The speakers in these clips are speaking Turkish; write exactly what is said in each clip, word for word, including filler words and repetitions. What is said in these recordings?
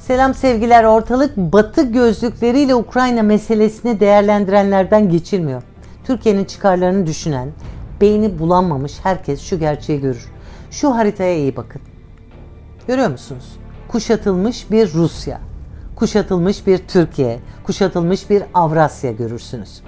Selam sevgiler. Ortalık Batı gözlükleriyle Ukrayna meselesini değerlendirenlerden geçilmiyor. Türkiye'nin çıkarlarını düşünen, beyni bulanmamış herkes şu gerçeği görür. Şu haritaya iyi bakın. Görüyor musunuz? Kuşatılmış bir Rusya, kuşatılmış bir Türkiye, kuşatılmış bir Avrasya görürsünüz.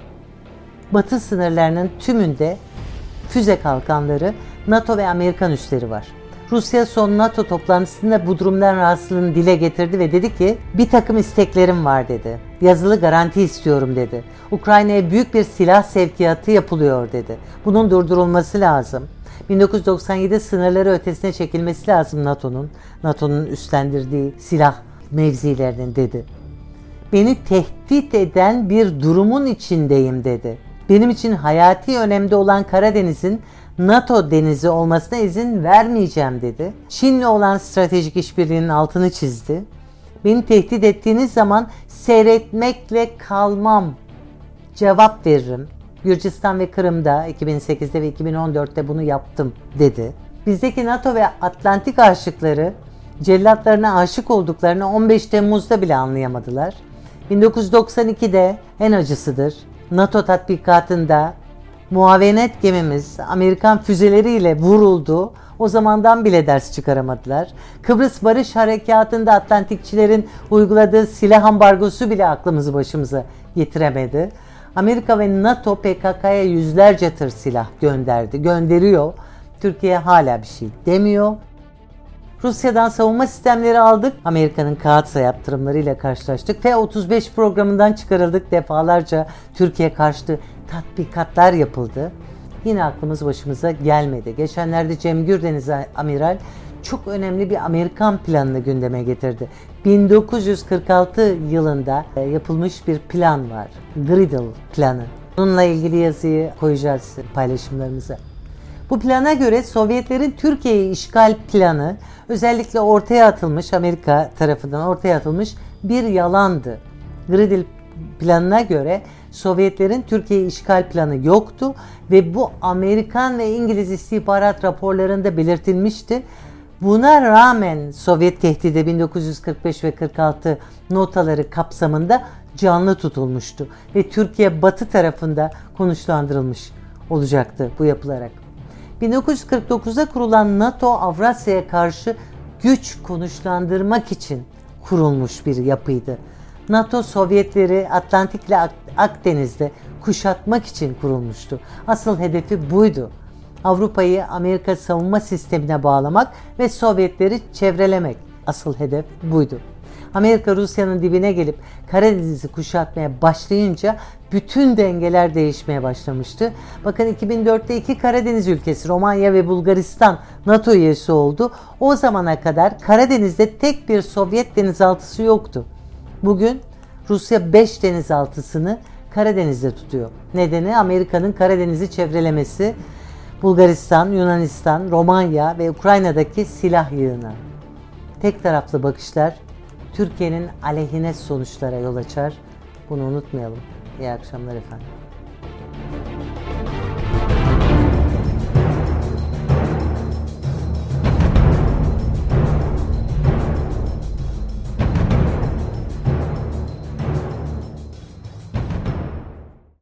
Batı sınırlarının tümünde füze kalkanları, NATO ve Amerikan üsleri var. Rusya son NATO toplantısında bu durumdan rahatsızlığını dile getirdi ve dedi ki bir takım isteklerim var dedi. Yazılı garanti istiyorum dedi. Ukrayna'ya büyük bir silah sevkiyatı yapılıyor dedi. Bunun durdurulması lazım. bin dokuz yüz doksan yedi sınırları ötesine çekilmesi lazım NATO'nun. NATO'nun üstlendirdiği silah mevzilerinin dedi. Beni tehdit eden bir durumun içindeyim dedi. Benim için hayati önemde olan Karadeniz'in NATO denizi olmasına izin vermeyeceğim dedi. Çin'le olan stratejik işbirliğinin altını çizdi. Beni tehdit ettiğiniz zaman seyretmekle kalmam. Cevap veririm. Gürcistan ve Kırım'da iki bin sekizde ve iki bin on dörtte bunu yaptım dedi. Bizdeki NATO ve Atlantik aşıkları cellatlarına aşık olduklarını on beş Temmuz'da bile anlayamadılar. bin dokuz yüz doksan ikide en acısıdır. NATO tatbikatında muavenet gemimiz Amerikan füzeleriyle vuruldu. O zamandan bile ders çıkaramadılar. Kıbrıs Barış Harekatı'nda Atlantikçilerin uyguladığı silah ambargosu bile aklımızı başımıza getiremedi. Amerika ve NATO P K K'ya yüzlerce tır silah gönderdi, gönderiyor. Türkiye hala bir şey demiyor. Rusya'dan savunma sistemleri aldık. Amerika'nın kağıtsa yaptırımlarıyla karşılaştık. F otuz beş programından çıkarıldık. Defalarca Türkiye karşıtı tatbikatlar yapıldı. Yine aklımız başımıza gelmedi. Geçenlerde Cem Gürdeniz Amiral çok önemli bir Amerikan planını gündeme getirdi. bin dokuz yüz kırk altı yılında yapılmış bir plan var. Gridle planı. Bununla ilgili yazıyı koyacağız paylaşımlarımıza. Bu plana göre Sovyetlerin Türkiye'yi işgal planı özellikle ortaya atılmış, Amerika tarafından ortaya atılmış bir yalandı. Gridle planına göre Sovyetlerin Türkiye'yi işgal planı yoktu ve bu Amerikan ve İngiliz istihbarat raporlarında belirtilmişti. Buna rağmen Sovyet tehdidi bin dokuz yüz kırk beş ve kırk altı notaları kapsamında canlı tutulmuştu ve Türkiye Batı tarafında konuşlandırılmış olacaktı bu yapılarak. bin dokuz yüz kırk dokuzda kurulan NATO Avrasya'ya karşı güç konuşlandırmak için kurulmuş bir yapıydı. NATO Sovyetleri Atlantik ile Akdeniz'de kuşatmak için kurulmuştu. Asıl hedefi buydu. Avrupa'yı Amerika savunma sistemine bağlamak ve Sovyetleri çevrelemek. Asıl hedef buydu. Amerika Rusya'nın dibine gelip Karadeniz'i kuşatmaya başlayınca bütün dengeler değişmeye başlamıştı. Bakın iki bin dörtte iki Karadeniz ülkesi Romanya ve Bulgaristan NATO üyesi oldu. O zamana kadar Karadeniz'de tek bir Sovyet denizaltısı yoktu. Bugün Rusya beş denizaltısını Karadeniz'de tutuyor. Nedeni Amerika'nın Karadeniz'i çevrelemesi, Bulgaristan, Yunanistan, Romanya ve Ukrayna'daki silah yığını. Tek taraflı bakışlar Türkiye'nin aleyhine sonuçlara yol açar. Bunu unutmayalım. İyi akşamlar efendim.